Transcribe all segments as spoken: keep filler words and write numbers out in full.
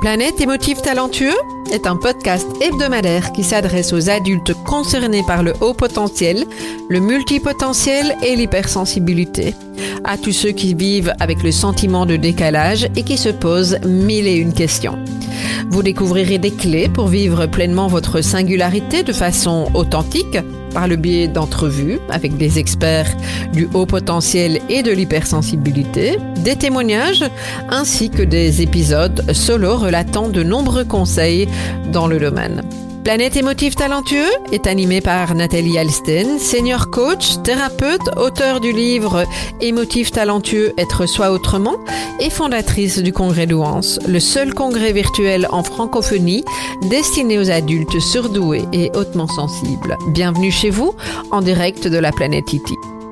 Planète émotif talentueux est un podcast hebdomadaire qui s'adresse aux adultes concernés par le haut potentiel, le multipotentiel et l'hypersensibilité. À tous ceux qui vivent avec le sentiment de décalage et qui se posent mille et une questions. Vous découvrirez des clés pour vivre pleinement votre singularité de façon authentique par le biais d'entrevues avec des experts du haut potentiel et de l'hypersensibilité, des témoignages ainsi que des épisodes solo relatant de nombreux conseils dans le domaine. Planète émotif talentueux est animé par Nathalie Alsten, senior coach, thérapeute, auteure du livre Émotif talentueux, être soi autrement et fondatrice du congrès Douance, le seul congrès virtuel en francophonie destiné aux adultes surdoués et hautement sensibles. Bienvenue chez vous en direct de la planète Iti.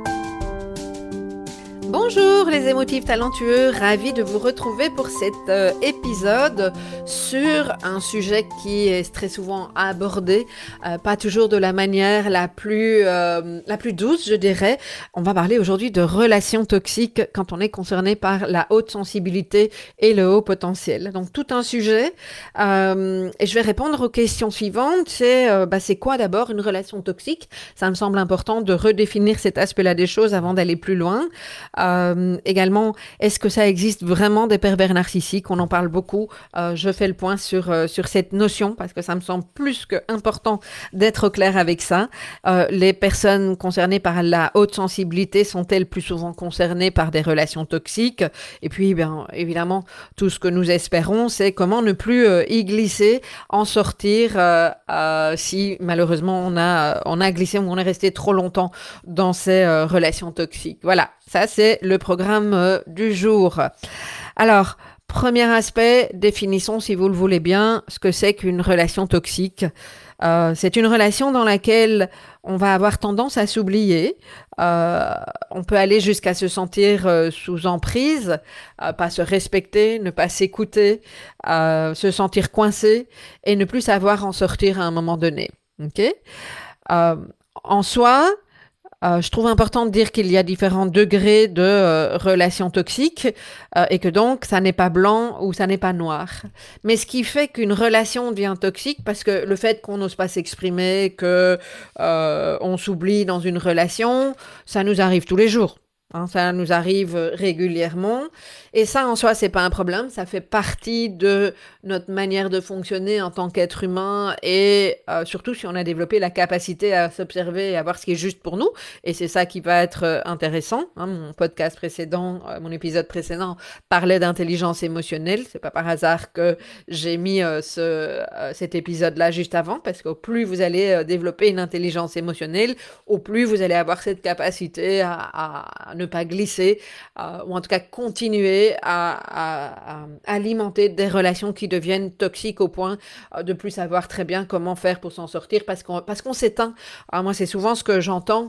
Bonjour les émotifs talentueux, ravi de vous retrouver pour cet euh, épisode sur un sujet qui est très souvent abordé, euh, pas toujours de la manière la plus, euh, la plus douce, je dirais. On va parler aujourd'hui de relations toxiques quand on est concerné par la haute sensibilité et le haut potentiel. Donc tout un sujet, euh, et je vais répondre aux questions suivantes. C'est, euh, bah, c'est quoi d'abord une relation toxique? Ça me semble important de redéfinir cet aspect-là des choses avant d'aller plus loin. Euh, également, est-ce que ça existe vraiment des pervers narcissiques? On en parle beaucoup. Euh, je fais le point sur, euh, sur cette notion parce que ça me semble plus qu'important d'être au clair avec ça. Euh, les personnes concernées par la haute sensibilité sont-elles plus souvent concernées par des relations toxiques? Et puis, bien évidemment, tout ce que nous espérons, c'est comment ne plus euh, y glisser, en sortir euh, euh, si malheureusement on a, on a glissé ou on est resté trop longtemps dans ces euh, relations toxiques. Voilà. Ça, c'est le programme euh, du jour. Alors, premier aspect, définissons, si vous le voulez bien, ce que c'est qu'une relation toxique. Euh, c'est une relation dans laquelle on va avoir tendance à s'oublier. Euh, on peut aller jusqu'à se sentir euh, sous emprise, euh, pas se respecter, ne pas s'écouter, euh, se sentir coincé et ne plus savoir en sortir à un moment donné. Okay? Euh, en soi, Euh, je trouve important de dire qu'il y a différents degrés de euh, relations toxiques euh, et que donc ça n'est pas blanc ou ça n'est pas noir. Mais ce qui fait qu'une relation devient toxique, parce que le fait qu'on n'ose pas s'exprimer, que euh, on s'oublie dans une relation, ça nous arrive tous les jours. Hein, ça nous arrive régulièrement et ça en soi c'est pas un problème, ça fait partie de notre manière de fonctionner en tant qu'être humain et euh, surtout si on a développé la capacité à s'observer et à voir ce qui est juste pour nous, et c'est ça qui va être euh, intéressant. Hein, mon podcast précédent, euh, mon épisode précédent parlait d'intelligence émotionnelle, c'est pas par hasard que j'ai mis euh, ce, euh, cet épisode là juste avant, parce qu'au plus vous allez euh, développer une intelligence émotionnelle, au plus vous allez avoir cette capacité à, à, à ne pas glisser, euh, ou en tout cas continuer à, à, à alimenter des relations qui deviennent toxiques au point euh, de plus savoir très bien comment faire pour s'en sortir parce qu'on, parce qu'on s'éteint. Alors moi, c'est souvent ce que j'entends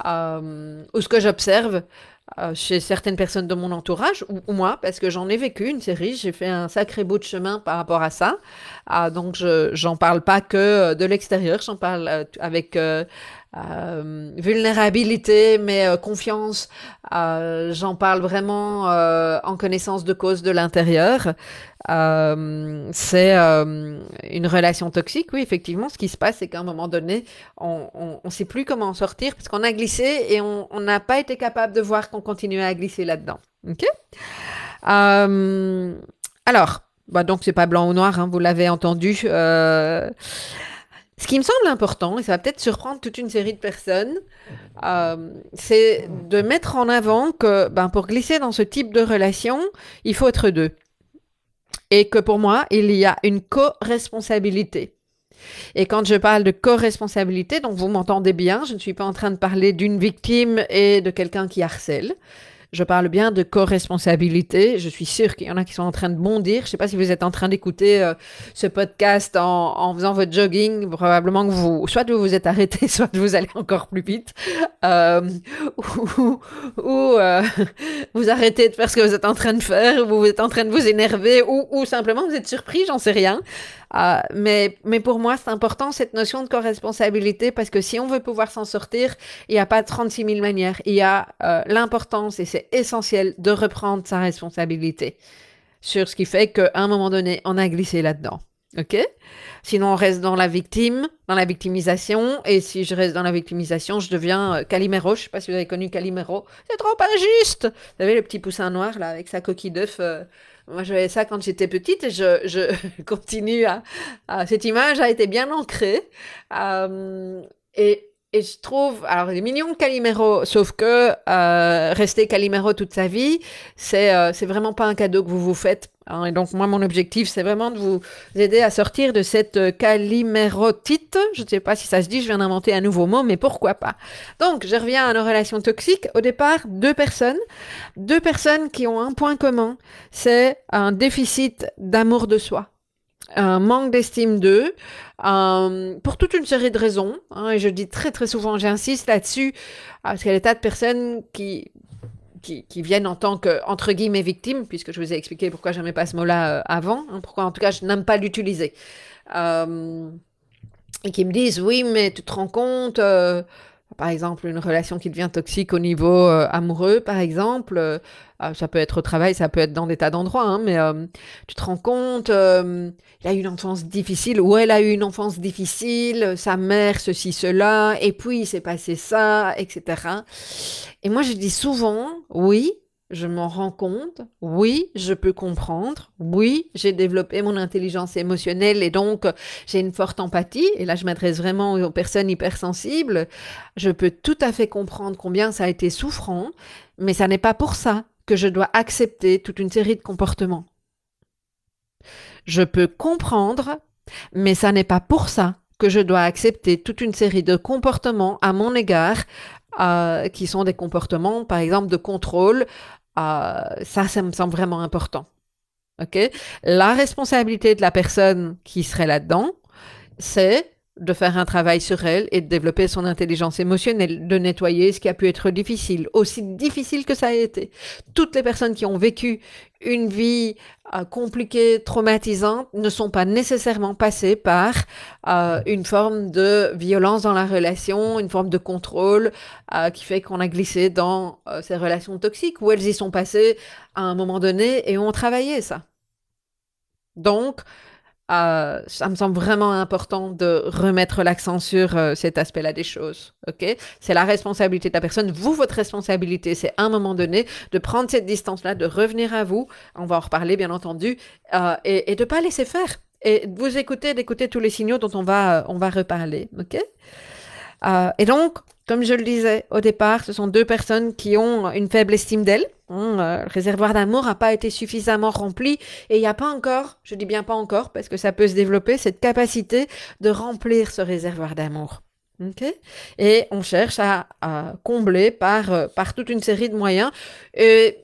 euh, ou ce que j'observe euh, chez certaines personnes de mon entourage, ou, ou moi, parce que j'en ai vécu une série, j'ai fait un sacré bout de chemin par rapport à ça. Euh, donc, je j'en parle pas que de l'extérieur, j'en parle euh, avec... Euh, Euh, vulnérabilité, mais euh, confiance. Euh, j'en parle vraiment euh, en connaissance de cause de l'intérieur. Euh, c'est euh, une relation toxique, oui, effectivement. Ce qui se passe, c'est qu'à un moment donné, on on, on sait plus comment en sortir parce qu'on a glissé et on on n'a pas été capable de voir qu'on continuait à glisser là-dedans. Ok. Euh, alors, bah donc c'est pas blanc ou noir, hein, vous l'avez entendu. Euh, Ce qui me semble important, et ça va peut-être surprendre toute une série de personnes, euh, c'est de mettre en avant que ben, pour glisser dans ce type de relation, il faut être deux. Et que pour moi, il y a une co-responsabilité. Et quand je parle de co-responsabilité, donc vous m'entendez bien, je ne suis pas en train de parler d'une victime et de quelqu'un qui harcèle. Je parle bien de co-responsabilité. Je suis sûre qu'il y en a qui sont en train de bondir. Je ne sais pas si vous êtes en train d'écouter euh, ce podcast en, en faisant votre jogging. Probablement que vous, soit vous vous êtes arrêté, soit vous allez encore plus vite. Euh, ou ou euh, vous arrêtez de faire ce que vous êtes en train de faire, ou vous êtes en train de vous énerver, ou, ou simplement vous êtes surpris, j'en sais rien. Euh, mais, mais pour moi, c'est important cette notion de co-responsabilité parce que si on veut pouvoir s'en sortir, il n'y a pas trente-six mille manières. Il y a euh, l'importance, et c'est essentiel, de reprendre sa responsabilité. sur ce qui fait qu'à un moment donné, on a glissé là-dedans. OK? Sinon, on reste dans la victime, dans la victimisation. Et si je reste dans la victimisation, je deviens euh, Calimero. Je ne sais pas si vous avez connu Calimero. C'est trop injuste! Vous savez, le petit poussin noir, là, avec sa coquille d'œuf. Euh, moi, j'avais ça quand j'étais petite et je, je continue à, à... Cette image a été bien ancrée. Euh, et, et je trouve... Alors, il est mignon, Calimero, sauf que euh, rester Calimero toute sa vie, c'est euh, c'est vraiment pas un cadeau que vous vous faites. Hein. Et donc, moi, mon objectif, c'est vraiment de vous aider à sortir de cette calimérotite. Je ne sais pas si ça se dit, je viens d'inventer un nouveau mot, mais pourquoi pas. Donc, je reviens à nos relations toxiques. Au départ, deux personnes. Deux personnes qui ont un point commun. C'est un déficit d'amour de soi. Un manque d'estime d'eux, euh, pour toute une série de raisons. Hein, et je dis très, très souvent, j'insiste là-dessus, parce qu'il y a des tas de personnes qui... Qui, qui viennent en tant que, entre guillemets, victimes, puisque je vous ai expliqué pourquoi je n'aimais pas ce mot-là euh, avant, hein, pourquoi en tout cas je n'aime pas l'utiliser. Euh, et qui me disent, oui, mais tu te rends compte, euh, par exemple, une relation qui devient toxique au niveau euh, amoureux, par exemple, euh, ça peut être au travail, ça peut être dans des tas d'endroits, hein, mais euh, tu te rends compte, euh, il a eu une enfance difficile, ou elle a eu une enfance difficile, sa mère, ceci, cela, et puis il s'est passé ça, et cetera. Et moi, je dis souvent, oui, je m'en rends compte, oui, je peux comprendre, oui, j'ai développé mon intelligence émotionnelle et donc j'ai une forte empathie, et là je m'adresse vraiment aux personnes hypersensibles, je peux tout à fait comprendre combien ça a été souffrant, mais ça n'est pas pour ça que je dois accepter toute une série de comportements. Je peux comprendre, mais ça n'est pas pour ça que je dois accepter toute une série de comportements à mon égard, euh, qui sont des comportements, par exemple, de contrôle. Euh, ça, ça me semble vraiment important. Okay? La responsabilité de la personne qui serait là-dedans, c'est de faire un travail sur elle et de développer son intelligence émotionnelle, de nettoyer ce qui a pu être difficile, aussi difficile que ça a été. Toutes les personnes qui ont vécu une vie euh, compliquée, traumatisante, ne sont pas nécessairement passées par euh, une forme de violence dans la relation, une forme de contrôle euh, qui fait qu'on a glissé dans euh, ces relations toxiques, où elles y sont passées à un moment donné et ont travaillé ça. Donc, Euh, ça me semble vraiment important de remettre l'accent sur euh, cet aspect-là des choses. Ok, c'est la responsabilité de la personne. Vous, votre responsabilité, c'est à un moment donné de prendre cette distance-là, de revenir à vous. On va en reparler, bien entendu, euh, et, et de pas laisser faire. Et de vous écouter, d'écouter tous les signaux dont on va, euh, on va reparler. Ok. Euh, et donc, comme je le disais au départ, ce sont deux personnes qui ont une faible estime d'elles. Hein, euh, le réservoir d'amour n'a pas été suffisamment rempli et il n'y a pas encore, je dis bien pas encore, parce que ça peut se développer, cette capacité de remplir ce réservoir d'amour. Okay? Et on cherche à, à combler par, euh, par toute une série de moyens. Et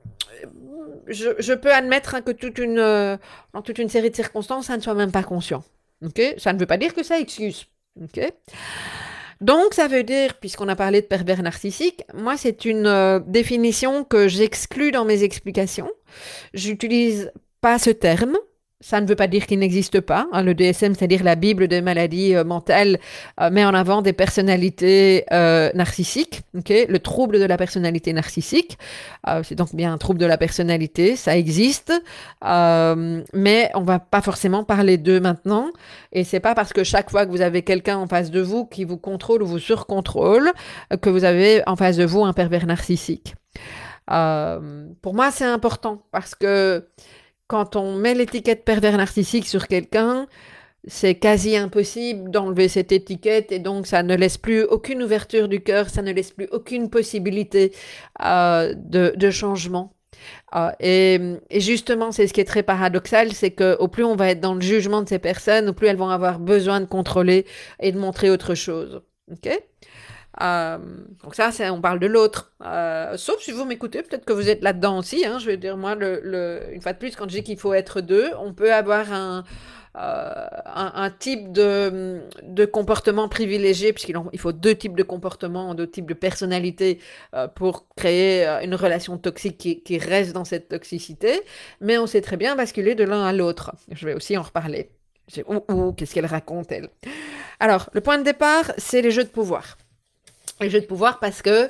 je, je peux admettre hein, que toute une, euh, dans toute une série de circonstances, ça ne soit même pas conscient. Okay? Ça ne veut pas dire que ça excuse. Okay? Donc, ça veut dire, puisqu'on a parlé de pervers narcissique, moi, c'est une euh, définition que j'exclus dans mes explications. J'utilise pas ce terme. Ça ne veut pas dire qu'il n'existe pas. Hein. Le D S M, c'est-à-dire la Bible des maladies euh, mentales, euh, met en avant des personnalités euh, narcissiques. Okay? Le trouble de la personnalité narcissique, euh, c'est donc bien un trouble de la personnalité, ça existe, euh, mais on va pas forcément parler d'eux maintenant. Et c'est pas parce que chaque fois que vous avez quelqu'un en face de vous qui vous contrôle ou vous surcontrôle euh, que vous avez en face de vous un pervers narcissique. Euh, pour moi, c'est important parce que quand on met l'étiquette pervers narcissique sur quelqu'un, c'est quasi impossible d'enlever cette étiquette et donc ça ne laisse plus aucune ouverture du cœur, ça ne laisse plus aucune possibilité euh, de, de changement. Euh, et, et justement, c'est ce qui est très paradoxal, c'est qu'au plus on va être dans le jugement de ces personnes, au plus elles vont avoir besoin de contrôler et de montrer autre chose. Ok ? Euh, donc ça, c'est, on parle de l'autre. Euh, sauf si vous m'écoutez, peut-être que vous êtes là-dedans aussi. Hein, je vais dire, moi, le, le, une fois de plus, quand je dis qu'il faut être deux, on peut avoir un, euh, un, un type de, de comportement privilégié, puisqu'il en, il faut deux types de comportements, deux types de personnalités euh, pour créer une relation toxique qui, qui reste dans cette toxicité. Mais on sait très bien basculer de l'un à l'autre. Je vais aussi en reparler. Ouh, ouh, qu'est-ce qu'elle raconte, elle? Alors, le point de départ, c'est les jeux de pouvoir. Les jeux de pouvoir parce que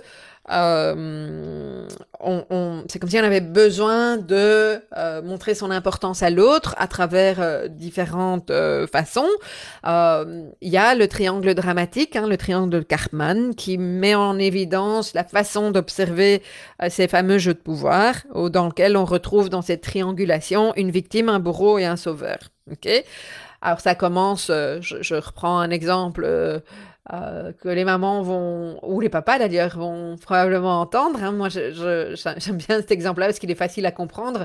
euh, on, on, c'est comme si on avait besoin de euh, montrer son importance à l'autre à travers euh, différentes euh, façons. Euh, Il y a le triangle dramatique, hein, le triangle de Karpman, qui met en évidence la façon d'observer euh, ces fameux jeux de pouvoir, dans lequel on retrouve dans cette triangulation une victime, un bourreau et un sauveur. Okay. Alors ça commence, euh, je, je reprends un exemple euh, euh, que les mamans vont, ou les papas d'ailleurs, vont probablement entendre. Hein. Moi, je, je, j'aime bien cet exemple-là parce qu'il est facile à comprendre.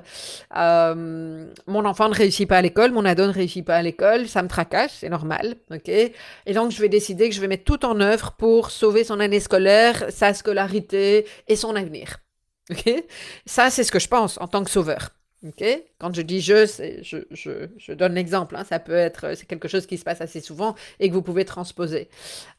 Euh, mon enfant ne réussit pas à l'école, mon ado ne réussit pas à l'école, ça me tracasse, c'est normal. Okay. Et donc, je vais décider que je vais mettre tout en œuvre pour sauver son année scolaire, sa scolarité et son avenir. Okay. Ça, c'est ce que je pense en tant que sauveur. Okay. Quand je dis je, c'est, je, je, je donne l'exemple, hein, ça peut être, c'est quelque chose qui se passe assez souvent et que vous pouvez transposer.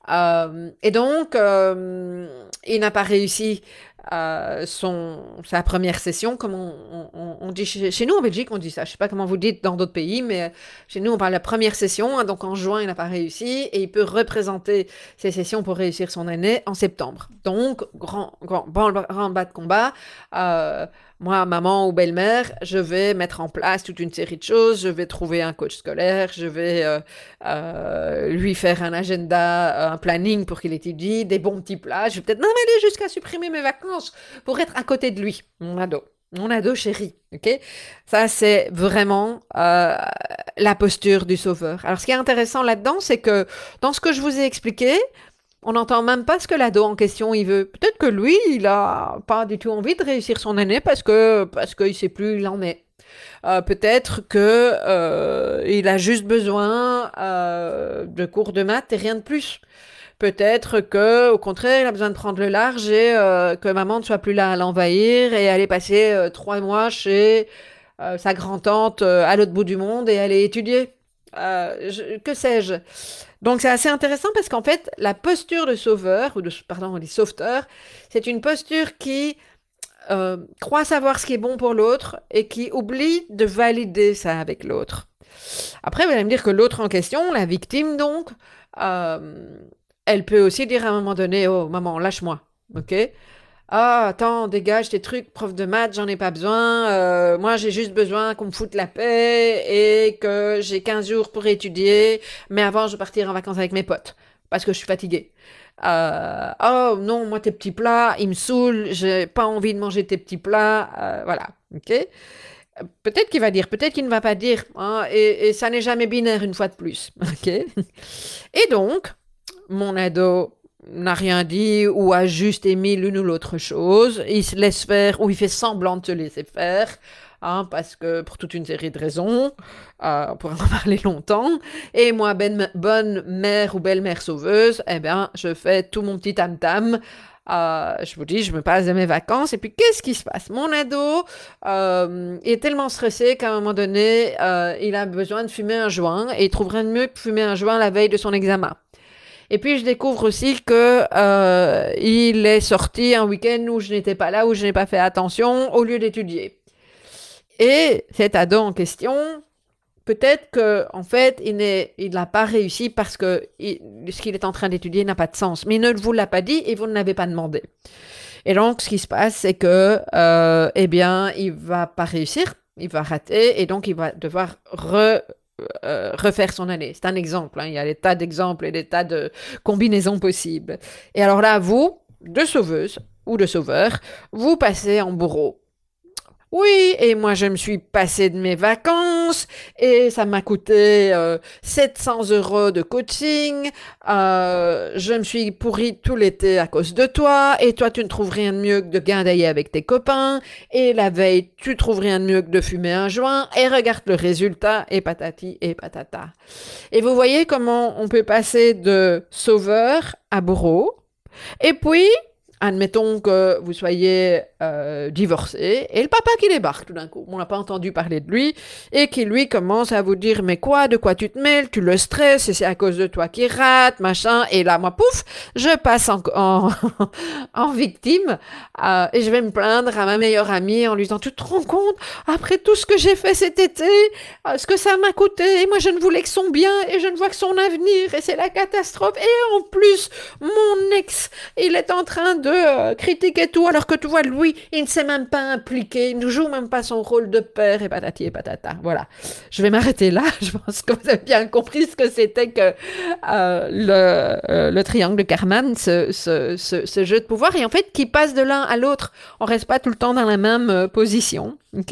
Euh, et donc, euh, il n'a pas réussi euh, son, sa première session, comme on, on, on dit chez, chez nous en Belgique, on dit ça. Je ne sais pas comment vous dites dans d'autres pays, mais chez nous, on parle de la première session. Hein, donc, en juin, il n'a pas réussi et il peut représenter ses sessions pour réussir son année en septembre. Donc, grand, grand, grand bas de combat. Euh, Moi, maman ou belle-mère, je vais mettre en place toute une série de choses. Je vais trouver un coach scolaire, je vais euh, euh, lui faire un agenda, un planning pour qu'il étudie, des bons petits plats. Je vais peut-être même aller jusqu'à supprimer mes vacances pour être à côté de lui, mon ado, mon ado chéri. Ok, ça c'est vraiment euh, la posture du sauveur. Alors, ce qui est intéressant là-dedans, c'est que dans ce que je vous ai expliqué, on n'entend même pas ce que l'ado en question il veut. Peut-être que lui, il a pas du tout envie de réussir son année parce que parce qu'il sait plus où il en est. Euh, peut-être que euh, il a juste besoin euh, de cours de maths et rien de plus. Peut-être que, au contraire, il a besoin de prendre le large et euh, que maman ne soit plus là à l'envahir et aller passer euh, trois mois chez euh, sa grand-tante euh, à l'autre bout du monde et aller étudier. Euh, je, que sais-je. Donc c'est assez intéressant parce qu'en fait, la posture de sauveur, ou de, pardon, on dit sauveteur, c'est une posture qui euh, croit savoir ce qui est bon pour l'autre et qui oublie de valider ça avec l'autre. Après, vous allez me dire que l'autre en question, la victime donc, euh, elle peut aussi dire à un moment donné, oh maman, lâche-moi, ok ? Ah, attends, dégage tes trucs, prof de maths, j'en ai pas besoin. Euh, moi, j'ai juste besoin qu'on me foute la paix et que j'ai quinze jours pour étudier. Mais avant, je vais partir en vacances avec mes potes parce que je suis fatiguée. Euh, oh non, moi, tes petits plats, ils me saoulent. J'ai pas envie de manger tes petits plats. Euh, voilà, ok. Peut-être qu'il va dire, peut-être qu'il ne va pas dire. Hein, et, et ça n'est jamais binaire une fois de plus, ok. Et donc, mon ado n'a rien dit ou a juste émis l'une ou l'autre chose. Il se laisse faire ou il fait semblant de se laisser faire, hein, parce que pour toute une série de raisons, euh, on pourrait en parler longtemps. Et moi, ben, bonne mère ou belle-mère sauveuse, eh bien, je fais tout mon petit tam-tam. Euh, je vous dis, je me passe de mes vacances. Et puis, qu'est-ce qui se passe? Mon ado euh, est tellement stressé qu'à un moment donné, euh, il a besoin de fumer un joint et il trouve rien de mieux que fumer un joint la veille de son examen. Et puis, je découvre aussi que euh, il est sorti un week-end où je n'étais pas là, où je n'ai pas fait attention, au lieu d'étudier. Et cet ado en question, peut-être que en fait, il n'est, il n'a pas réussi parce que il, ce qu'il est en train d'étudier n'a pas de sens. Mais il ne vous l'a pas dit et vous ne l'avez pas demandé. Et donc, ce qui se passe, c'est que, euh, eh bien, il va pas réussir, il va rater, et donc il va devoir re Euh, refaire son année. C'est un exemple. Hein. Il y a des tas d'exemples et des tas de combinaisons possibles. Et alors là, vous, de sauveuse ou de sauveur, vous passez en bourreau. Oui, et moi je me suis passé de mes vacances et ça m'a coûté euh, sept cents euros de coaching. Euh, je me suis pourri tout l'été à cause de toi et toi tu ne trouves rien de mieux que de guindailler avec tes copains et la veille tu trouves rien de mieux que de fumer un joint et regarde le résultat et patati et patata. Et vous voyez comment on peut passer de sauveur à bourreau et puis admettons que vous soyez euh, divorcé et le papa qui débarque tout d'un coup, on n'a pas entendu parler de lui et qui lui commence à vous dire mais quoi, de quoi tu te mêles, tu le stresses et c'est à cause de toi qu'il rate, machin, et là moi pouf, je passe en, en, en victime euh, et je vais me plaindre à ma meilleure amie en lui disant tu te rends compte, après tout ce que j'ai fait cet été, euh, ce que ça m'a coûté, et moi je ne voulais que son bien et je ne vois que son avenir et c'est la catastrophe et en plus mon ex, il est en train de deux euh, critiquent et tout, alors que tu vois, lui, il ne s'est même pas impliqué, il ne joue même pas son rôle de père et patati et patata. Voilà. Je vais m'arrêter là. Je pense que vous avez bien compris ce que c'était que euh, le, euh, le triangle de Karman, ce, ce, ce, ce jeu de pouvoir, et en fait, qui passe de l'un à l'autre. On reste pas tout le temps dans la même euh, position. OK?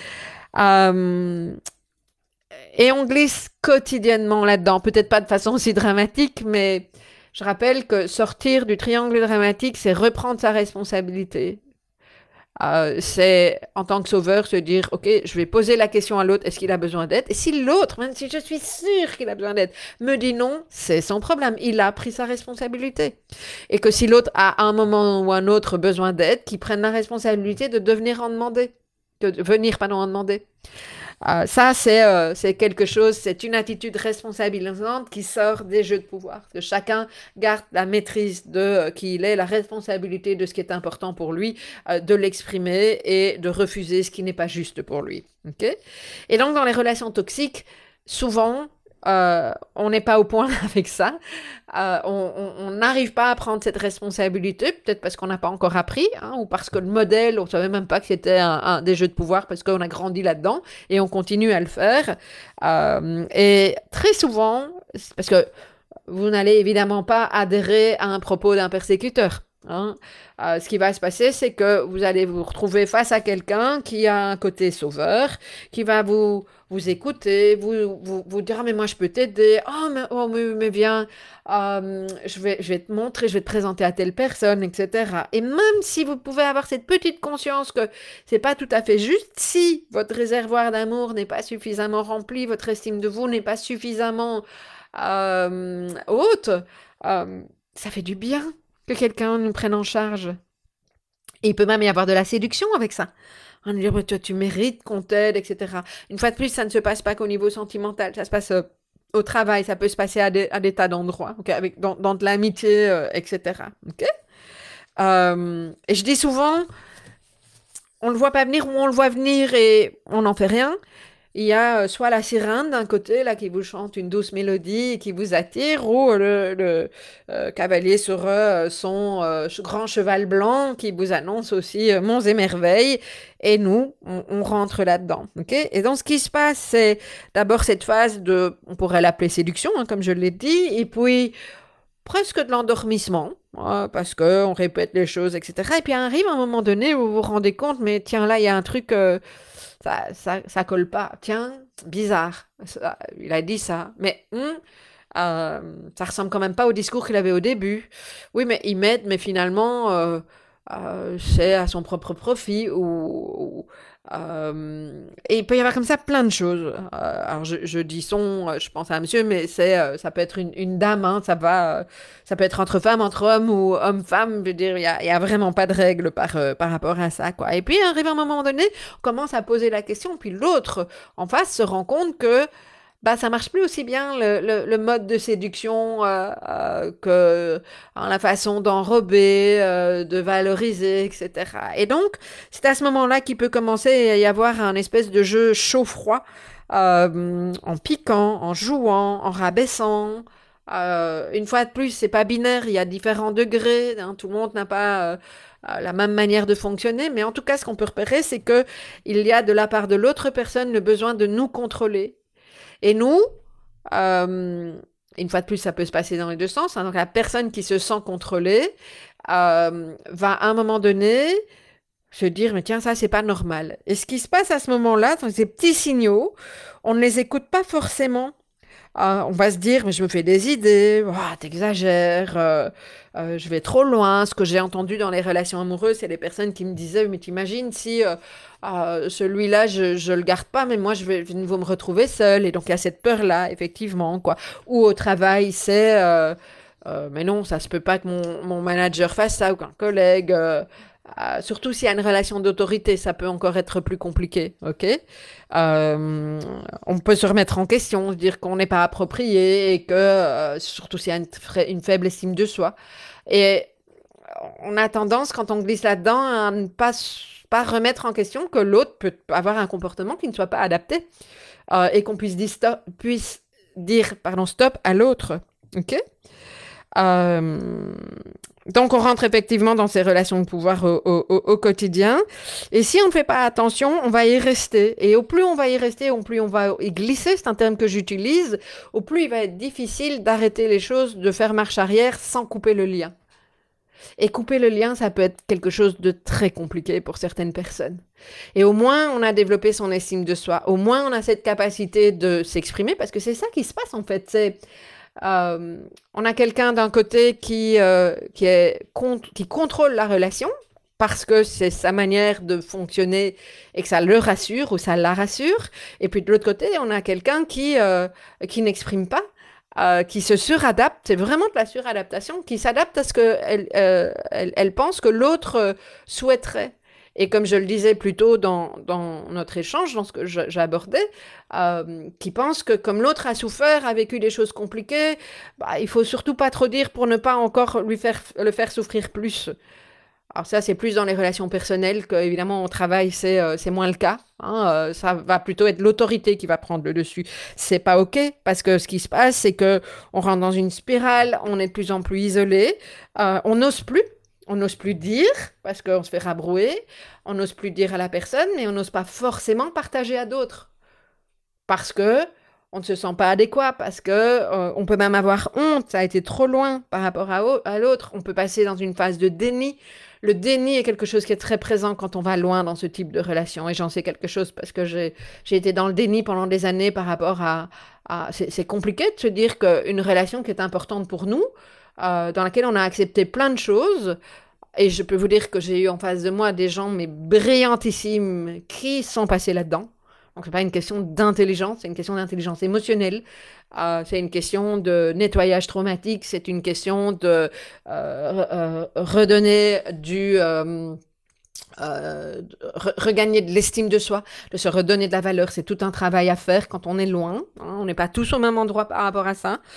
Euh, et on glisse quotidiennement là-dedans. Peut-être pas de façon aussi dramatique, mais je rappelle que sortir du triangle dramatique, c'est reprendre sa responsabilité. Euh, c'est, en tant que sauveur, se dire, OK, je vais poser la question à l'autre, est-ce qu'il a besoin d'aide? Et si l'autre, même si je suis sûre qu'il a besoin d'aide, me dit non, c'est son problème. Il a pris sa responsabilité. Et que si l'autre a à un moment ou un autre besoin d'aide, qu'il prenne la responsabilité de devenir en demander. De venir, pardon, en demander. Euh, ça, c'est euh, c'est quelque chose, c'est une attitude responsabilisante qui sort des jeux de pouvoir. Que chacun garde la maîtrise de euh, qui il est, la responsabilité de ce qui est important pour lui, euh, de l'exprimer et de refuser ce qui n'est pas juste pour lui. Okay? Et donc, dans les relations toxiques, souvent, euh, on n'est pas au point avec ça. Euh, on n'arrive pas à prendre cette responsabilité, peut-être parce qu'on n'a pas encore appris, hein, ou parce que le modèle, on ne savait même pas que c'était un, un, des jeux de pouvoir, parce qu'on a grandi là-dedans, et on continue à le faire. Euh, et très souvent, parce que vous n'allez évidemment pas adhérer à un propos d'un persécuteur. Hein. Euh, ce qui va se passer, c'est que vous allez vous retrouver face à quelqu'un qui a un côté sauveur, qui va vous, vous écouter, vous, vous, vous dire, ah, mais moi je peux t'aider, oh mais, oh, mais, mais viens, euh, je, vais, je vais te montrer, je vais te présenter à telle personne, et cetera. Et même si vous pouvez avoir cette petite conscience que c'est pas tout à fait juste, si votre réservoir d'amour n'est pas suffisamment rempli, votre estime de vous n'est pas suffisamment euh, haute, euh, ça fait du bien que quelqu'un nous prenne en charge. Et il peut même y avoir de la séduction avec ça. On dit, oh, toi, tu mérites qu'on t'aide, et cetera. Une fois de plus, ça ne se passe pas qu'au niveau sentimental, ça se passe euh, au travail, ça peut se passer à des, à des tas d'endroits, okay, avec, dans, dans de l'amitié, euh, et cetera. Okay, euh, et je dis souvent, on le voit pas venir ou on le voit venir et on n'en fait rien. Il y a euh, soit la sirène d'un côté, là, qui vous chante une douce mélodie et qui vous attire, ou le, le euh, cavalier sur euh, son euh, grand cheval blanc qui vous annonce aussi euh, monts et merveilles. Et nous, on, on rentre là-dedans. Okay, et donc, ce qui se passe, c'est d'abord cette phase de, on pourrait l'appeler séduction, hein, comme je l'ai dit, et puis presque de l'endormissement, hein, parce qu'on répète les choses, et cetera. Et puis arrive un moment donné où vous vous rendez compte, mais tiens, là, il y a un truc... Euh, Ça, ça, ça colle pas. Tiens, bizarre. Ça, il a dit ça. Mais hum, euh, ça ressemble quand même pas au discours qu'il avait au début. Oui, mais il m'aide, mais finalement, euh, euh, c'est à son propre profit. Ou, ou, euh, et il peut y avoir comme ça plein de choses. Euh, alors, je, je dis son, je pense à un monsieur, mais c'est, euh, ça peut être une, une dame, hein, ça va, euh, ça peut être entre femmes, entre hommes ou hommes-femmes. Je veux dire, il y a, il y a vraiment pas de règle par, euh, par rapport à ça, quoi. Et puis, arrive un moment donné, on commence à poser la question, puis l'autre en face se rend compte que bah, ça marche plus aussi bien le, le, le mode de séduction euh, euh, que hein, la façon d'enrober, euh, de valoriser, et cetera. Et donc, c'est à ce moment-là qu'il peut commencer à y avoir un espèce de jeu chaud-froid, euh, en piquant, en jouant, en rabaissant. Euh, une fois de plus, c'est pas binaire, il y a différents degrés, hein, tout le monde n'a pas euh, la même manière de fonctionner, mais en tout cas, ce qu'on peut repérer, c'est que il y a de la part de l'autre personne le besoin de nous contrôler. Et nous, euh, une fois de plus, ça peut se passer dans les deux sens. Hein, donc la personne qui se sent contrôlée euh, va à un moment donné se dire, mais tiens, ça, c'est pas normal. Et ce qui se passe à ce moment-là, sont ces petits signaux, on ne les écoute pas forcément. Euh, on va se dire, mais je me fais des idées, oh, t'exagères, euh, euh, je vais trop loin. Ce que j'ai entendu dans les relations amoureuses, c'est les personnes qui me disaient, mais t'imagines si euh, euh, celui-là, je, je le garde pas, mais moi, je vais, je vais me retrouver seule. Et donc, il y a cette peur-là, effectivement, quoi. Ou au travail, c'est, euh, euh, mais non, ça se peut pas que mon, mon manager fasse ça ou qu'un collègue... Euh, Euh, surtout s'il y a une relation d'autorité, ça peut encore être plus compliqué, ok? Euh, on peut se remettre en question, se dire qu'on n'est pas approprié et que, euh, surtout s'il y a une, une faible estime de soi. Et on a tendance, quand on glisse là-dedans, à ne pas, pas remettre en question que l'autre peut avoir un comportement qui ne soit pas adapté euh, et qu'on puisse dire stop, puisse dire, pardon, stop à l'autre, ok? Euh, donc, on rentre effectivement dans ces relations de pouvoir au, au- au- au quotidien. Et si on ne fait pas attention, on va y rester. Et au plus on va y rester, au plus on va y glisser, c'est un terme que j'utilise, au plus il va être difficile d'arrêter les choses, de faire marche arrière sans couper le lien. Et couper le lien, ça peut être quelque chose de très compliqué pour certaines personnes. Et au moins, on a développé son estime de soi. Au moins, on a cette capacité de s'exprimer, parce que c'est ça qui se passe en fait. C'est euh, on a quelqu'un d'un côté qui, euh, qui, est contre, qui contrôle la relation parce que c'est sa manière de fonctionner et que ça le rassure ou ça la rassure. Et puis de l'autre côté, on a quelqu'un qui, euh, qui n'exprime pas, euh, qui se suradapte. C'est vraiment de la suradaptation, qui s'adapte à ce qu'elle euh, elle, elle pense que l'autre euh, souhaiterait. Et comme je le disais plus tôt dans, dans notre échange, dans ce que j'abordais, euh, qui pense que comme l'autre a souffert, a vécu des choses compliquées, bah, il faut surtout pas trop dire pour ne pas encore lui faire, le faire souffrir plus. Alors ça, c'est plus dans les relations personnelles qu'évidemment au travail, c'est euh, c'est moins le cas. Hein, euh, ça va plutôt être l'autorité qui va prendre le dessus. C'est pas OK parce que ce qui se passe, c'est que on rentre dans une spirale, on est de plus en plus isolé, euh, on n'ose plus. On n'ose plus dire parce qu'on se fait rabrouer, on n'ose plus dire à la personne, mais on n'ose pas forcément partager à d'autres parce que on ne se sent pas adéquat, parce que euh, on peut même avoir honte, ça a été trop loin par rapport à, à l'autre, on peut passer dans une phase de déni. Le déni est quelque chose qui est très présent quand on va loin dans ce type de relation, et j'en sais quelque chose parce que j'ai j'ai été dans le déni pendant des années par rapport à... à c'est, c'est compliqué de se dire qu'une relation qui est importante pour nous, euh, dans laquelle on a accepté plein de choses, et je peux vous dire que j'ai eu en face de moi des gens, mais brillantissimes, qui sont passés là-dedans. Donc, ce n'est pas une question d'intelligence, c'est une question d'intelligence émotionnelle. Euh, c'est une question de nettoyage traumatique, c'est une question de euh, euh, redonner du... Euh, euh, re- regagner de l'estime de soi, de se redonner de la valeur. C'est tout un travail à faire quand on est loin. Hein, on n'est pas tous au même endroit par rapport à ça.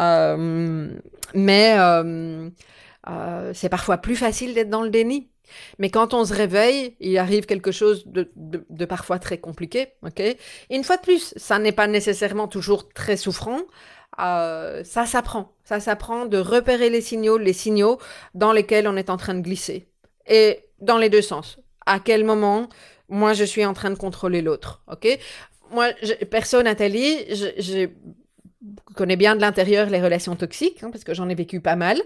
Euh, mais... Euh, euh, c'est parfois plus facile d'être dans le déni. Mais quand on se réveille, il arrive quelque chose de, de, de parfois très compliqué. Okay. Et une fois de plus, ça n'est pas nécessairement toujours très souffrant. Euh, ça s'apprend. Ça s'apprend de repérer les signaux, les signaux dans lesquels on est en train de glisser. Et dans les deux sens. À quel moment, moi, je suis en train de contrôler l'autre. Okay. Moi, je, perso, Nathalie, je, je connais bien de l'intérieur les relations toxiques, hein, parce que j'en ai vécu pas mal.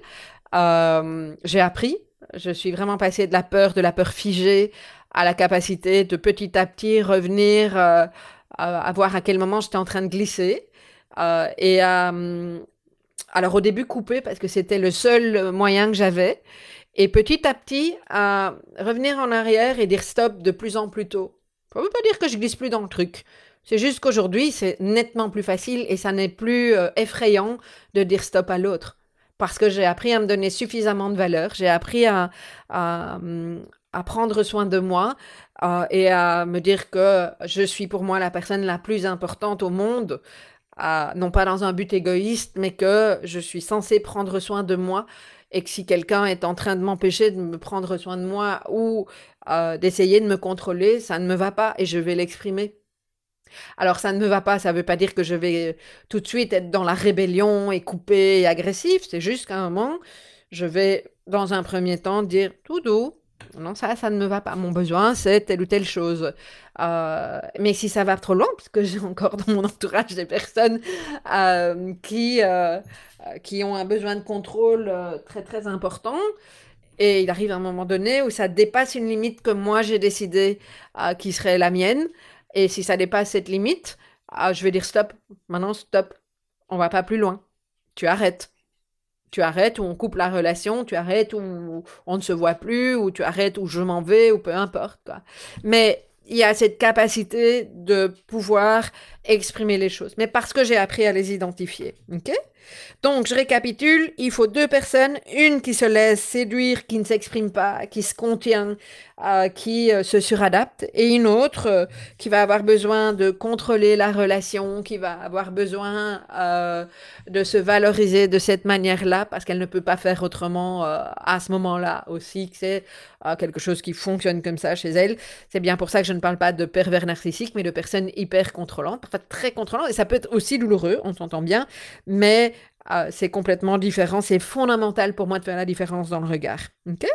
Euh, j'ai appris, je suis vraiment passée de la peur, de la peur figée, à la capacité de petit à petit revenir, euh, à, à voir à quel moment j'étais en train de glisser. Euh, et euh, alors au début couper parce que c'était le seul moyen que j'avais. Et petit à petit, à revenir en arrière et dire stop de plus en plus tôt. Ça ne veut pas dire que je glisse plus dans le truc. C'est juste qu'aujourd'hui, c'est nettement plus facile et ça n'est plus euh, effrayant de dire stop à l'autre. Parce que j'ai appris à me donner suffisamment de valeur, j'ai appris à, à, à prendre soin de moi euh, et à me dire que je suis pour moi la personne la plus importante au monde, euh, non pas dans un but égoïste, mais que je suis censée prendre soin de moi et que si quelqu'un est en train de m'empêcher de me prendre soin de moi ou euh, d'essayer de me contrôler, ça ne me va pas et je vais l'exprimer. Alors ça ne me va pas, ça ne veut pas dire que je vais tout de suite être dans la rébellion et coupé et agressif, c'est juste qu'à un moment, je vais dans un premier temps dire tout doux, non ça, ça ne me va pas, mon besoin c'est telle ou telle chose. Euh, mais si ça va trop loin, parce que j'ai encore dans mon entourage des personnes euh, qui, euh, qui ont un besoin de contrôle euh, très très important, et il arrive un moment donné où ça dépasse une limite que moi j'ai décidé euh, qui serait la mienne. Et si ça dépasse cette limite, euh, je vais dire stop. Maintenant, stop. On va pas plus loin. Tu arrêtes. Tu arrêtes ou on coupe la relation. Tu arrêtes ou on ne se voit plus. Ou tu arrêtes ou je m'en vais ou peu importe. Quoi. Mais il y a cette capacité de pouvoir exprimer les choses. Mais parce que j'ai appris à les identifier. OK ? Donc, je récapitule, il faut deux personnes, une qui se laisse séduire, qui ne s'exprime pas, qui se contient, euh, qui euh, se suradapte, et une autre euh, qui va avoir besoin de contrôler la relation, qui va avoir besoin euh, de se valoriser de cette manière-là, parce qu'elle ne peut pas faire autrement euh, à ce moment-là aussi, que c'est euh, quelque chose qui fonctionne comme ça chez elle. C'est bien pour ça que je ne parle pas de pervers narcissiques, mais de personnes hyper contrôlantes, parfois très contrôlantes, et ça peut être aussi douloureux, on s'entend bien, mais mais euh, c'est complètement différent. C'est fondamental pour moi de faire la différence dans le regard. OK?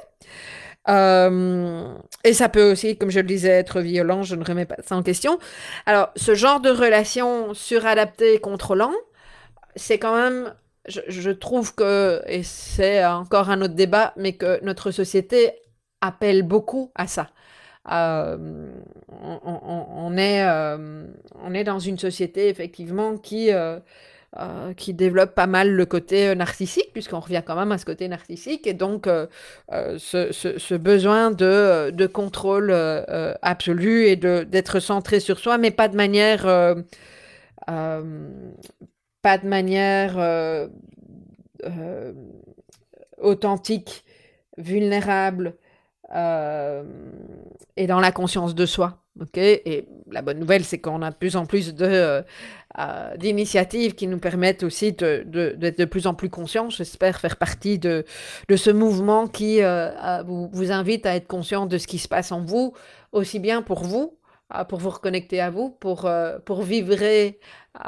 Euh, et ça peut aussi, comme je le disais, être violent, je ne remets pas ça en question. Alors, ce genre de relation suradaptée et contrôlant, c'est quand même, je, je trouve que, et c'est encore un autre débat, mais que notre société appelle beaucoup à ça. Euh, on, on- on est, euh, on est dans une société, effectivement, qui, euh, euh, qui développe pas mal le côté euh, narcissique, puisqu'on revient quand même à ce côté narcissique, et donc euh, euh, ce, ce- ce besoin de, de contrôle euh, euh, absolu et de, d'être centré sur soi, mais pas de manière, euh, euh, pas de manière euh, euh, authentique, vulnérable, euh, et dans la conscience de soi. Ok. Et la bonne nouvelle, c'est qu'on a de plus en plus de, euh, euh, d'initiatives qui nous permettent aussi de, de- d'être de plus en plus conscients. J'espère faire partie de, de ce mouvement qui euh, euh, vous, vous invite à être conscient de ce qui se passe en vous, aussi bien pour vous, euh, pour vous reconnecter à vous, pour, euh, pour vibrer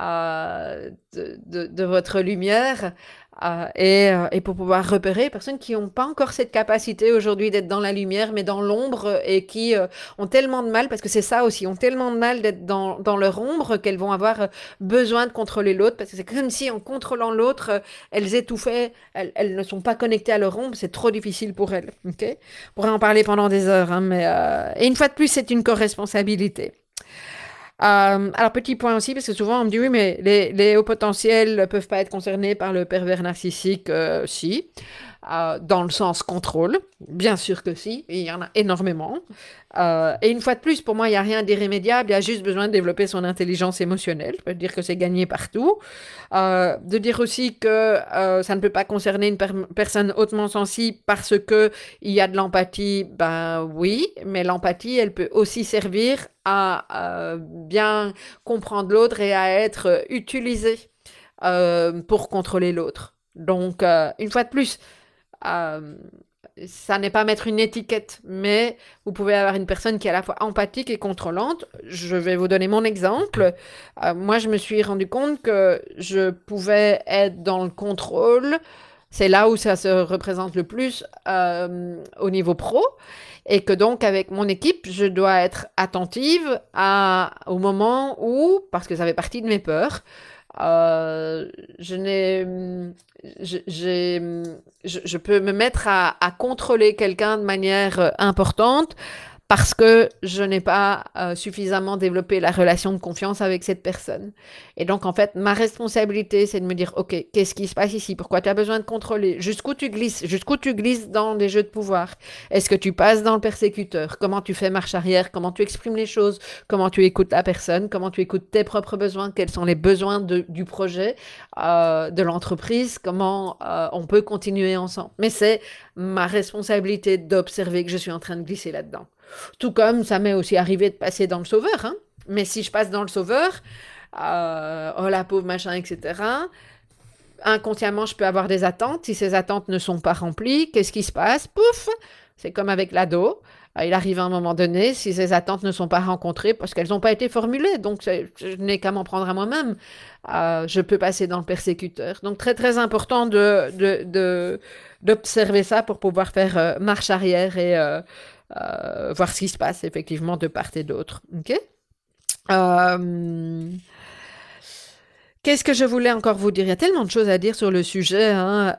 euh, de, de- de votre lumière, euh, et, euh, et pour pouvoir repérer les personnes qui n'ont pas encore cette capacité aujourd'hui d'être dans la lumière, mais dans l'ombre, et qui euh, ont tellement de mal, parce que c'est ça aussi, ont tellement de mal d'être dans, dans leur ombre qu'elles vont avoir euh, besoin de contrôler l'autre, parce que c'est comme si en contrôlant l'autre, euh, elles étouffaient, elles, elles ne sont pas connectées à leur ombre, c'est trop difficile pour elles. Ok. On pourrait en parler pendant des heures, hein, mais euh, et une fois de plus, c'est une co-responsabilité. Euh, alors, petit point aussi, parce que souvent on me dit oui, mais les, les hauts potentiels ne peuvent pas être concernés par le pervers narcissique. Euh, si, Euh, dans le sens contrôle, bien sûr que si, et il y en a énormément. Euh, et une fois de plus, pour moi, il n'y a rien d'irrémédiable, il y a juste besoin de développer son intelligence émotionnelle. Je peux dire que c'est gagné partout. Euh, de dire aussi que euh, ça ne peut pas concerner une per- personne hautement sensible parce que il y a de l'empathie, ben oui, mais l'empathie, elle peut aussi servir à euh, bien comprendre l'autre et à être utilisée euh, pour contrôler l'autre. Donc, euh, une fois de plus, euh, ça n'est pas mettre une étiquette, mais vous pouvez avoir une personne qui est à la fois empathique et contrôlante. Je vais vous donner mon exemple. Euh, moi, je me suis rendu compte que je pouvais être dans le contrôle. C'est là où ça se représente le plus euh, au niveau pro. Et que donc, avec mon équipe, je dois être attentive à, au moment où, parce que ça fait partie de mes peurs, euh, je n'ai, je, j'ai, je, je peux me mettre à, à contrôler quelqu'un de manière euh, importante parce que je n'ai pas euh, suffisamment développé la relation de confiance avec cette personne. Et donc, en fait, ma responsabilité, c'est de me dire, OK, qu'est-ce qui se passe ici? Pourquoi tu as besoin de contrôler? Jusqu'où tu glisses? Jusqu'où tu glisses dans des jeux de pouvoir? Est-ce que tu passes dans le persécuteur? Comment tu fais marche arrière? Comment tu exprimes les choses? Comment tu écoutes la personne? Comment tu écoutes tes propres besoins? Quels sont les besoins de, du projet, euh, de l'entreprise? Comment euh, on peut continuer ensemble? Mais c'est ma responsabilité d'observer que je suis en train de glisser là-dedans. Tout comme ça m'est aussi arrivé de passer dans le sauveur, hein. Mais si je passe dans le sauveur, euh, oh la pauvre machin, et cetera, inconsciemment, je peux avoir des attentes. Si ces attentes ne sont pas remplies, qu'est-ce qui se passe? Pouf! C'est comme avec l'ado. Euh, Il arrive à un moment donné, si ces attentes ne sont pas rencontrées, parce qu'elles n'ont pas été formulées, donc je n'ai qu'à m'en prendre à moi-même, euh, je peux passer dans le persécuteur. Donc très très important de, de, de- d'observer ça pour pouvoir faire euh, marche arrière et euh, euh, voir ce qui se passe effectivement de part et d'autre. Ok. Euh, Qu'est-ce que je voulais encore vous dire? Il y a tellement de choses à dire sur le sujet, hein.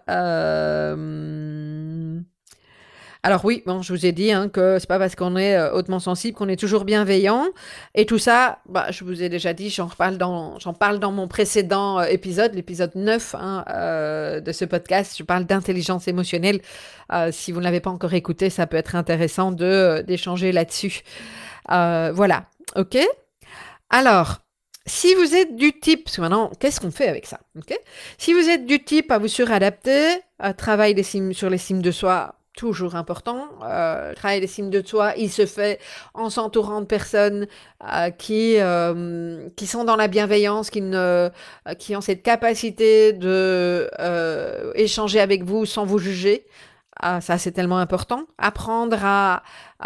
Euh, Alors oui, bon, je vous ai dit hein, que c'est pas parce qu'on est euh, hautement sensible qu'on est toujours bienveillant. Et tout ça, bah, je vous ai déjà dit, j'en reparle dans, j'en parle dans mon précédent euh, épisode, l'épisode neuf hein, euh, de ce podcast. Je parle d'intelligence émotionnelle. Euh, si vous ne l'avez pas encore écouté, ça peut être intéressant de, euh, d'échanger là-dessus. Euh, voilà, ok? Alors, si vous êtes du type, parce que maintenant, qu'est-ce qu'on fait avec ça? Ok. Si vous êtes du type à vous suradapter, à travail des cimes, sur l'estime de soi, toujours important. Euh, travail d'estime de soi, il se fait en s'entourant de personnes euh, qui, euh, qui sont dans la bienveillance, qui, ne, euh, qui ont cette capacité de euh, échanger avec vous sans vous juger. Ah, ça, c'est tellement important. Apprendre à,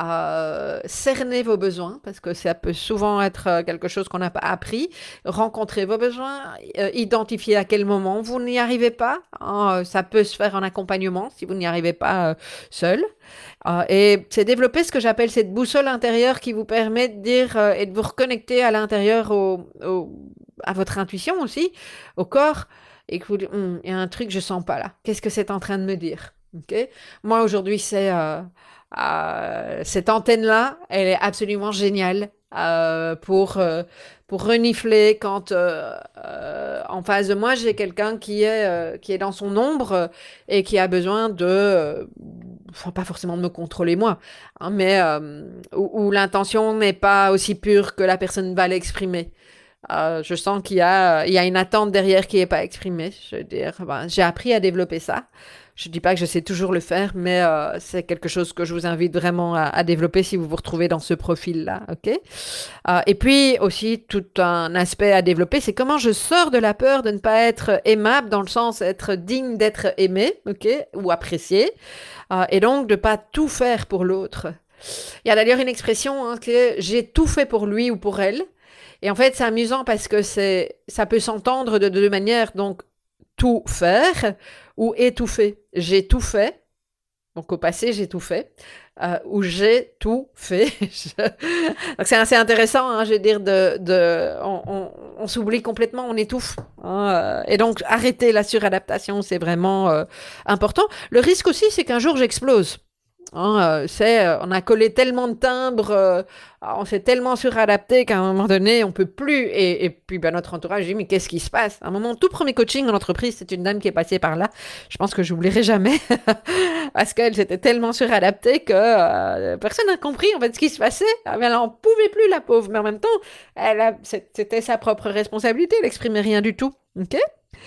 à cerner vos besoins, parce que ça peut souvent être euh, quelque chose qu'on n'a pas appris. Rencontrer vos besoins, euh, identifier à quel moment vous n'y arrivez pas. Hein, euh, ça peut se faire en accompagnement si vous n'y arrivez pas euh, seul. Euh, et c'est développer ce que j'appelle cette boussole intérieure qui vous permet de dire euh, et de vous reconnecter à l'intérieur au, au- à votre intuition aussi, au corps, et que vous dites, Hum, il y a un truc que je sens pas là. Qu'est-ce que c'est en train de me dire? Ok. Moi, aujourd'hui, c'est euh, euh, cette antenne-là, elle est absolument géniale euh, pour, euh, pour renifler quand euh, euh, en face de moi, j'ai quelqu'un qui est, euh, qui est dans son ombre euh, et qui a besoin de, euh, enfin, pas forcément de me contrôler moi, hein, mais euh, où, où l'intention n'est pas aussi pure que la personne va l'exprimer. Euh, je sens qu'il y a, il y a une attente derrière qui n'est pas exprimée. Je veux dire, ben, j'ai appris à développer ça. Je ne dis pas que je sais toujours le faire, mais euh, c'est quelque chose que je vous invite vraiment à, à développer si vous vous retrouvez dans ce profil-là. Ok. Euh, et puis aussi, tout un aspect à développer, c'est comment je sors de la peur de ne pas être aimable, dans le sens être digne d'être aimé, ok, ou apprécié, euh, et donc de ne pas tout faire pour l'autre. Il y a d'ailleurs une expression hein, que j'ai tout fait pour lui ou pour elle. Et en fait, c'est amusant parce que c'est, ça peut s'entendre de deux manières. Donc, tout faire ou étouffer. J'ai tout fait. Donc, au passé, j'ai tout fait. Euh, ou j'ai tout fait. Donc, c'est assez intéressant, hein, je veux dire, de, de, on, on, on s'oublie complètement, on étouffe. Hein, euh, et donc, arrêter la suradaptation, c'est vraiment euh, important. Le risque aussi, c'est qu'un jour, j'explose. Hein, euh, c'est, euh, on a collé tellement de timbres, euh, on s'est tellement suradapté qu'à un moment donné, on peut plus. Et, et puis, ben, notre entourage dit, mais qu'est-ce qui se passe? À un moment, tout premier coaching en entreprise, c'est une dame qui est passée par là. Je pense que j'oublierai jamais parce qu'elle s'était tellement suradaptée que euh, personne n'a compris en fait ce qui se passait. Elle en pouvait plus, la pauvre. Mais en même temps, elle a, c'était sa propre responsabilité. Elle n'exprimait rien du tout. Ok.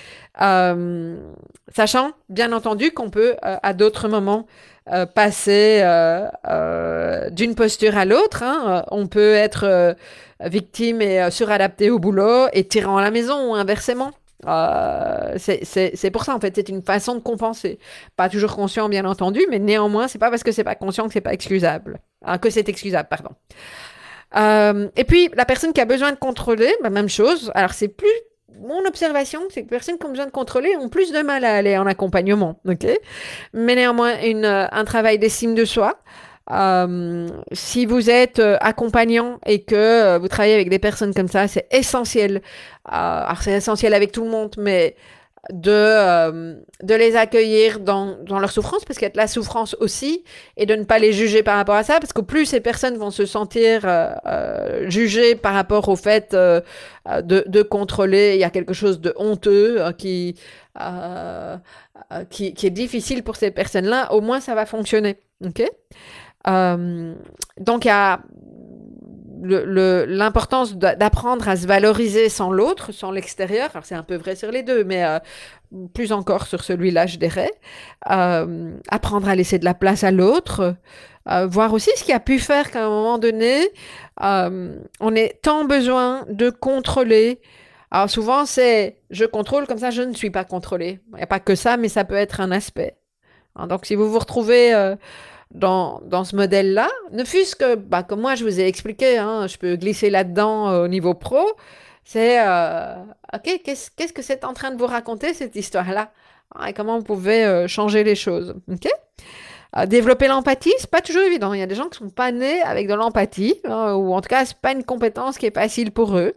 Euh, Sachant, bien entendu, qu'on peut, euh, à d'autres moments, euh, passer euh, euh, d'une posture à l'autre. Hein. On peut être euh, victime et euh, suradapté au boulot et tyran à la maison, ou inversement. Euh, c'est, c'est, c'est pour ça, en fait, c'est une façon de compenser. Pas toujours conscient, bien entendu, mais néanmoins, c'est pas parce que c'est pas conscient que c'est pas excusable. Hein, que c'est excusable, pardon. Euh, et puis, la personne qui a besoin de contrôler, bah, même chose. Alors, c'est plus mon observation, c'est que les personnes qui ont besoin de contrôler ont plus de mal à aller en accompagnement, ok? Mais néanmoins, une, euh, un travail d'estime de soi. Euh, si vous êtes euh, accompagnant et que euh, vous travaillez avec des personnes comme ça, c'est essentiel. Euh, alors, c'est essentiel avec tout le monde, mais de, euh, de les accueillir dans, dans leur souffrance, parce qu'il y a de la souffrance aussi, et de ne pas les juger par rapport à ça, parce que plus ces personnes vont se sentir euh, euh, jugées par rapport au fait euh, de, de contrôler, il y a quelque chose de honteux euh, qui, euh, euh, qui, qui est difficile pour ces personnes-là, au moins ça va fonctionner. Ok. Euh, donc il y a le, le, l'importance d'apprendre à se valoriser sans l'autre, sans l'extérieur. Alors c'est un peu vrai sur les deux, mais euh, plus encore sur celui-là, je dirais. Euh, apprendre à laisser de la place à l'autre. Euh, voir aussi ce qui a pu faire qu'à un moment donné, euh, on ait tant besoin de contrôler. Alors souvent, c'est je contrôle, comme ça je ne suis pas contrôlé. Il n'y a pas que ça, mais ça peut être un aspect. Hein, donc si vous vous retrouvez euh, dans, dans ce modèle-là, ne fût-ce que, bah, comme moi je vous ai expliqué, hein, je peux glisser là-dedans euh, au niveau pro, c'est, euh, ok, qu'est-ce, qu'est-ce que c'est en train de vous raconter cette histoire-là? Ah, et comment vous pouvez euh, changer les choses, ok? Euh, développer l'empathie, c'est pas toujours évident. Il y a des gens qui sont pas nés avec de l'empathie, hein, ou en tout cas, c'est pas une compétence qui est facile pour eux.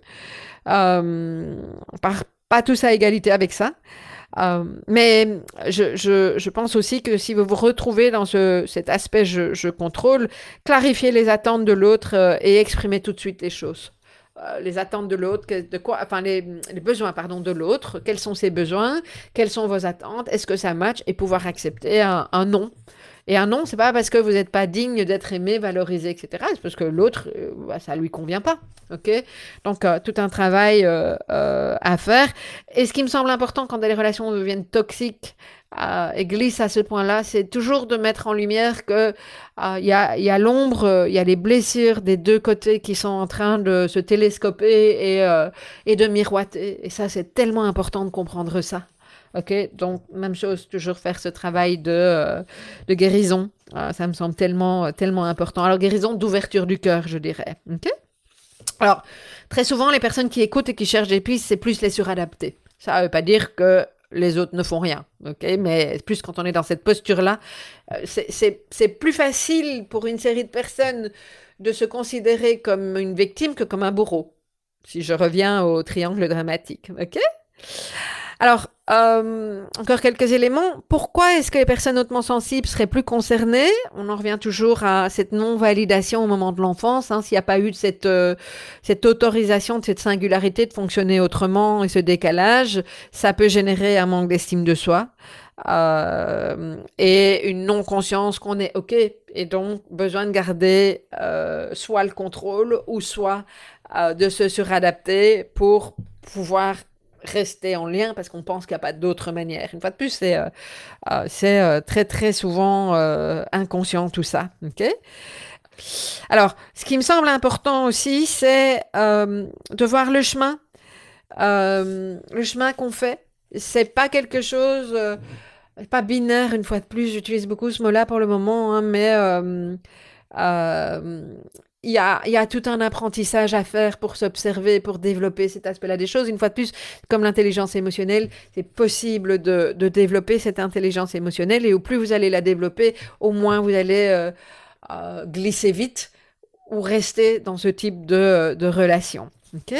Euh, par, pas tous à égalité avec ça. Euh, mais je, je, je pense aussi que si vous vous retrouvez dans ce, cet aspect je, je contrôle, clarifiez les attentes de l'autre euh, et exprimez tout de suite les choses. Euh, les attentes de l'autre, de quoi, enfin les, les besoins pardon de l'autre, quels sont ses besoins, quelles sont vos attentes, est-ce que ça match et pouvoir accepter un, un non. Et un non, c'est pas parce que vous n'êtes pas digne d'être aimé, valorisé, et cetera. C'est parce que l'autre, euh, bah, ça lui convient pas. Ok. Donc euh, tout un travail euh, euh, à faire. Et ce qui me semble important quand les relations deviennent toxiques euh, et glissent à ce point-là, c'est toujours de mettre en lumière que il euh, y a, y a l'ombre, il y a les blessures des deux côtés qui sont en train de se télescoper et, euh, et de miroiter. Et ça, c'est tellement important de comprendre ça. Ok, donc même chose, toujours faire ce travail de, euh, de guérison. Ah, ça me semble tellement, tellement important. Alors, guérison d'ouverture du cœur, je dirais. Ok. Alors, très souvent, les personnes qui écoutent et qui cherchent des pistes, c'est plus les suradaptés. Ça ne veut pas dire que les autres ne font rien, ok? Mais plus quand on est dans cette posture-là, euh, c'est c'est- c'est plus facile pour une série de personnes de se considérer comme une victime que comme un bourreau. Si je reviens au triangle dramatique, ok? Alors, euh, encore quelques éléments. Pourquoi est-ce que les personnes hautement sensibles seraient plus concernées? On en revient toujours à cette non-validation au moment de l'enfance. Hein, s'il n'y a pas eu cette, euh, cette autorisation de cette singularité de fonctionner autrement et ce décalage, ça peut générer un manque d'estime de soi. Euh, et une non-conscience qu'on est OK et donc besoin de garder euh, soit le contrôle ou soit euh, de se suradapter pour pouvoir rester en lien parce qu'on pense qu'il n'y a pas d'autre manière. Une fois de plus, c'est euh, euh, c'est euh, très très souvent euh, inconscient tout ça. Ok. Alors, ce qui me semble important aussi, c'est euh, de voir le chemin, euh, le chemin qu'on fait. C'est pas quelque chose, euh, pas binaire. Une fois de plus, j'utilise beaucoup ce mot-là pour le moment, hein, mais euh, euh, il y a, il y a tout un apprentissage à faire pour s'observer, pour développer cet aspect-là des choses. Une fois de plus, comme l'intelligence émotionnelle, c'est possible de, de développer cette intelligence émotionnelle et au plus vous allez la développer, au moins vous allez euh, euh, glisser vite ou rester dans ce type de, de relation. Ok.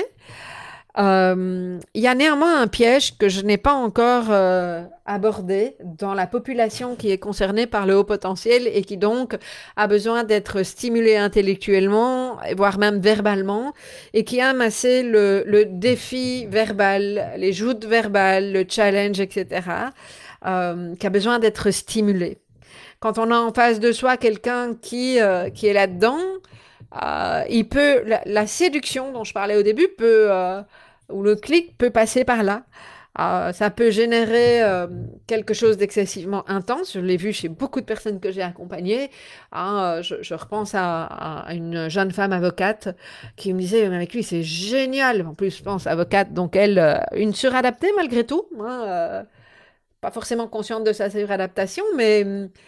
Euh, il y a néanmoins un piège que je n'ai pas encore euh, abordé dans la population qui est concernée par le haut potentiel et qui donc a besoin d'être stimulée intellectuellement, voire même verbalement, et qui aime assez le, le défi verbal, les joutes verbales, le challenge, et cetera, euh, qui a besoin d'être stimulé. Quand on a en face de soi quelqu'un qui, euh, qui est là-dedans, euh, il peut, la, la séduction dont je parlais au début peut, euh, ou le clic peut passer par là. Euh, ça peut générer euh, quelque chose d'excessivement intense. Je l'ai vu chez beaucoup de personnes que j'ai accompagnées. Hein, euh, je, je repense à, à une jeune femme avocate qui me disait, mais avec lui, c'est génial. En plus, je pense avocate, donc elle, euh, une suradaptée malgré tout. Hein, euh, pas forcément consciente de sa suradaptation, mais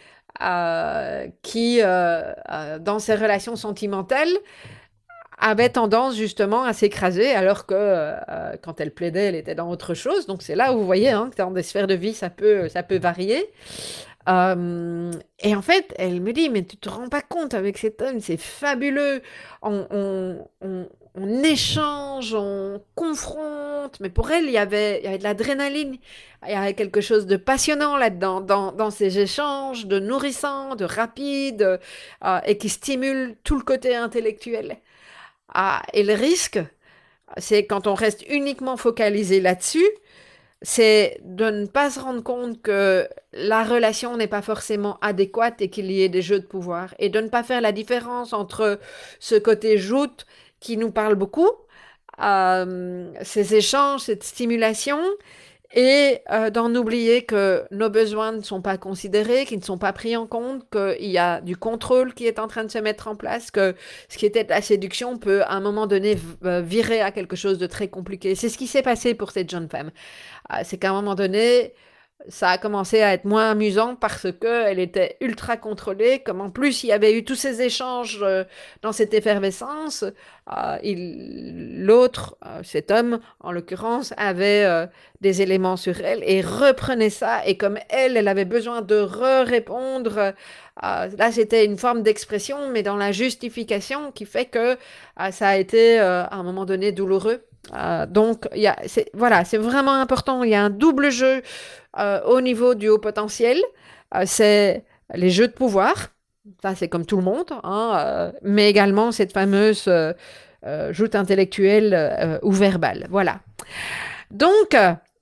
euh, qui, euh, euh, dans ses relations sentimentales, avait tendance justement à s'écraser, alors que euh, quand elle plaidait, elle était dans autre chose. Donc c'est là où vous voyez hein, que dans des sphères de vie, ça peut, ça peut varier. Euh, et en fait, elle me dit, mais tu te rends pas compte avec cet homme, c'est fabuleux. On, on, on, on échange, on confronte. Mais pour elle, il y avait, il y avait de l'adrénaline. Il y avait quelque chose de passionnant là-dedans, dans, dans ces échanges, de nourrissant, de rapide, euh, et qui stimule tout le côté intellectuel. Ah, et le risque, c'est quand on reste uniquement focalisé là-dessus, c'est de ne pas se rendre compte que la relation n'est pas forcément adéquate et qu'il y ait des jeux de pouvoir. Et de ne pas faire la différence entre ce côté joute qui nous parle beaucoup, euh, ces échanges, cette stimulation, et euh, d'en oublier que nos besoins ne sont pas considérés, qu'ils ne sont pas pris en compte, qu'il y a du contrôle qui est en train de se mettre en place, que ce qui était de la séduction peut à un moment donné virer à quelque chose de très compliqué. C'est ce qui s'est passé pour cette jeune femme. Euh, c'est qu'à un moment donné, ça a commencé à être moins amusant parce qu'elle était ultra contrôlée, comme en plus il y avait eu tous ces échanges euh, dans cette effervescence, euh, il, l'autre, euh, cet homme en l'occurrence, avait euh, des éléments sur elle et reprenait ça, et comme elle, elle avait besoin de re-répondre, euh, là c'était une forme d'expression, mais dans la justification qui fait que euh, ça a été euh, à un moment donné douloureux. Euh, donc, il y a, c'est, voilà, c'est vraiment important. Il y a un double jeu euh, au niveau du haut potentiel. Euh, c'est les jeux de pouvoir. Ça, c'est comme tout le monde. Hein, euh, mais également cette fameuse euh, euh, joute intellectuelle euh, ou verbale. Voilà. Donc,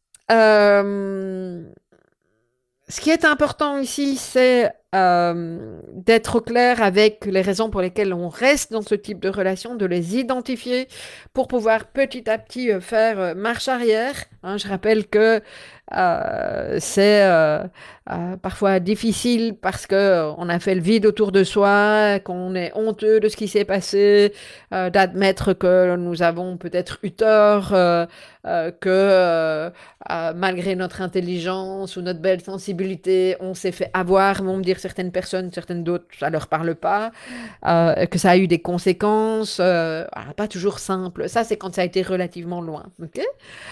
euh, ce qui est important ici, c'est euh, d'être au clair avec les raisons pour lesquelles on reste dans ce type de relation, de les identifier pour pouvoir petit à petit euh, faire euh, marche arrière. Hein, je rappelle que Euh, c'est euh, euh, parfois difficile parce que euh, on a fait le vide autour de soi, qu'on est honteux de ce qui s'est passé, euh, d'admettre que nous avons peut-être eu tort, euh, euh, que euh, euh, malgré notre intelligence ou notre belle sensibilité, on s'est fait avoir, vont me dire certaines personnes, certaines d'autres, ça leur parle pas, euh, que ça a eu des conséquences, euh, ah, pas toujours simple. Ça, c'est quand ça a été relativement loin. Ok.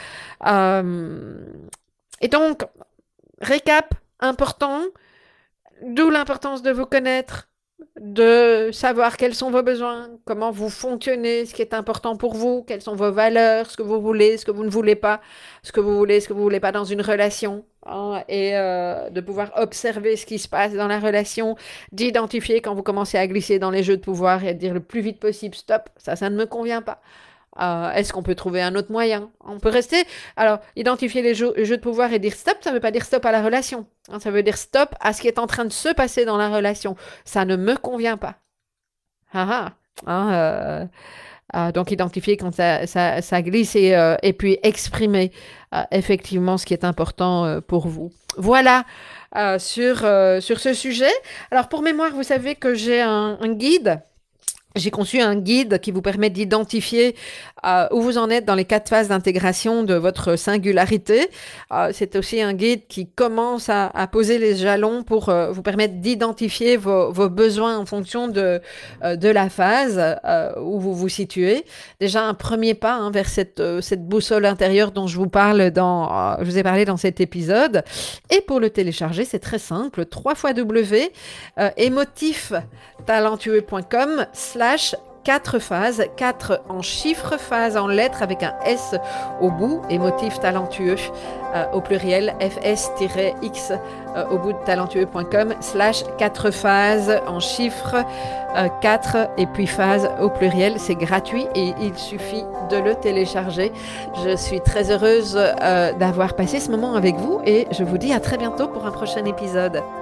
Euh, et donc, récap important, d'où l'importance de vous connaître, de savoir quels sont vos besoins, comment vous fonctionnez, ce qui est important pour vous, quelles sont vos valeurs, ce que vous voulez, ce que vous ne voulez pas, ce que vous voulez, ce que vous ne voulez pas dans une relation, hein, et euh, de pouvoir observer ce qui se passe dans la relation, d'identifier quand vous commencez à glisser dans les jeux de pouvoir et à dire le plus vite possible, stop, ça, ça ne me convient pas. Euh, est-ce qu'on peut trouver un autre moyen? On peut rester. Alors, identifier les jeux, les jeux de pouvoir et dire stop, ça ne veut pas dire stop à la relation. Hein, ça veut dire stop à ce qui est en train de se passer dans la relation. Ça ne me convient pas. Ah, ah. Hein, euh, euh, donc, identifier quand ça, ça, ça glisse et, euh, et puis exprimer euh, effectivement ce qui est important euh, pour vous. Voilà euh, sur, euh, sur ce sujet. Alors, pour mémoire, vous savez que j'ai un, un guide. J'ai conçu un guide qui vous permet d'identifier euh, où vous en êtes dans les quatre phases d'intégration de votre singularité. Euh, c'est aussi un guide qui commence à, à poser les jalons pour euh, vous permettre d'identifier vos, vos besoins en fonction de, euh, de la phase euh, où vous vous situez. Déjà un premier pas hein, vers cette, euh, cette boussole intérieure dont je vous parle dans, euh, je vous ai parlé dans cet épisode. Et pour le télécharger, c'est très simple, trois fois w euh, émotif talentueux point com slash quatre phases, quatre en chiffres, phases en lettres avec un S au bout, émotif talentueux euh, au pluriel, fs-x euh, au bout de talentueux point com slash quatre phases en chiffres, euh, quatre et puis phases au pluriel. C'est gratuit et il suffit de le télécharger. Je suis très heureuse euh, d'avoir passé ce moment avec vous et je vous dis à très bientôt pour un prochain épisode.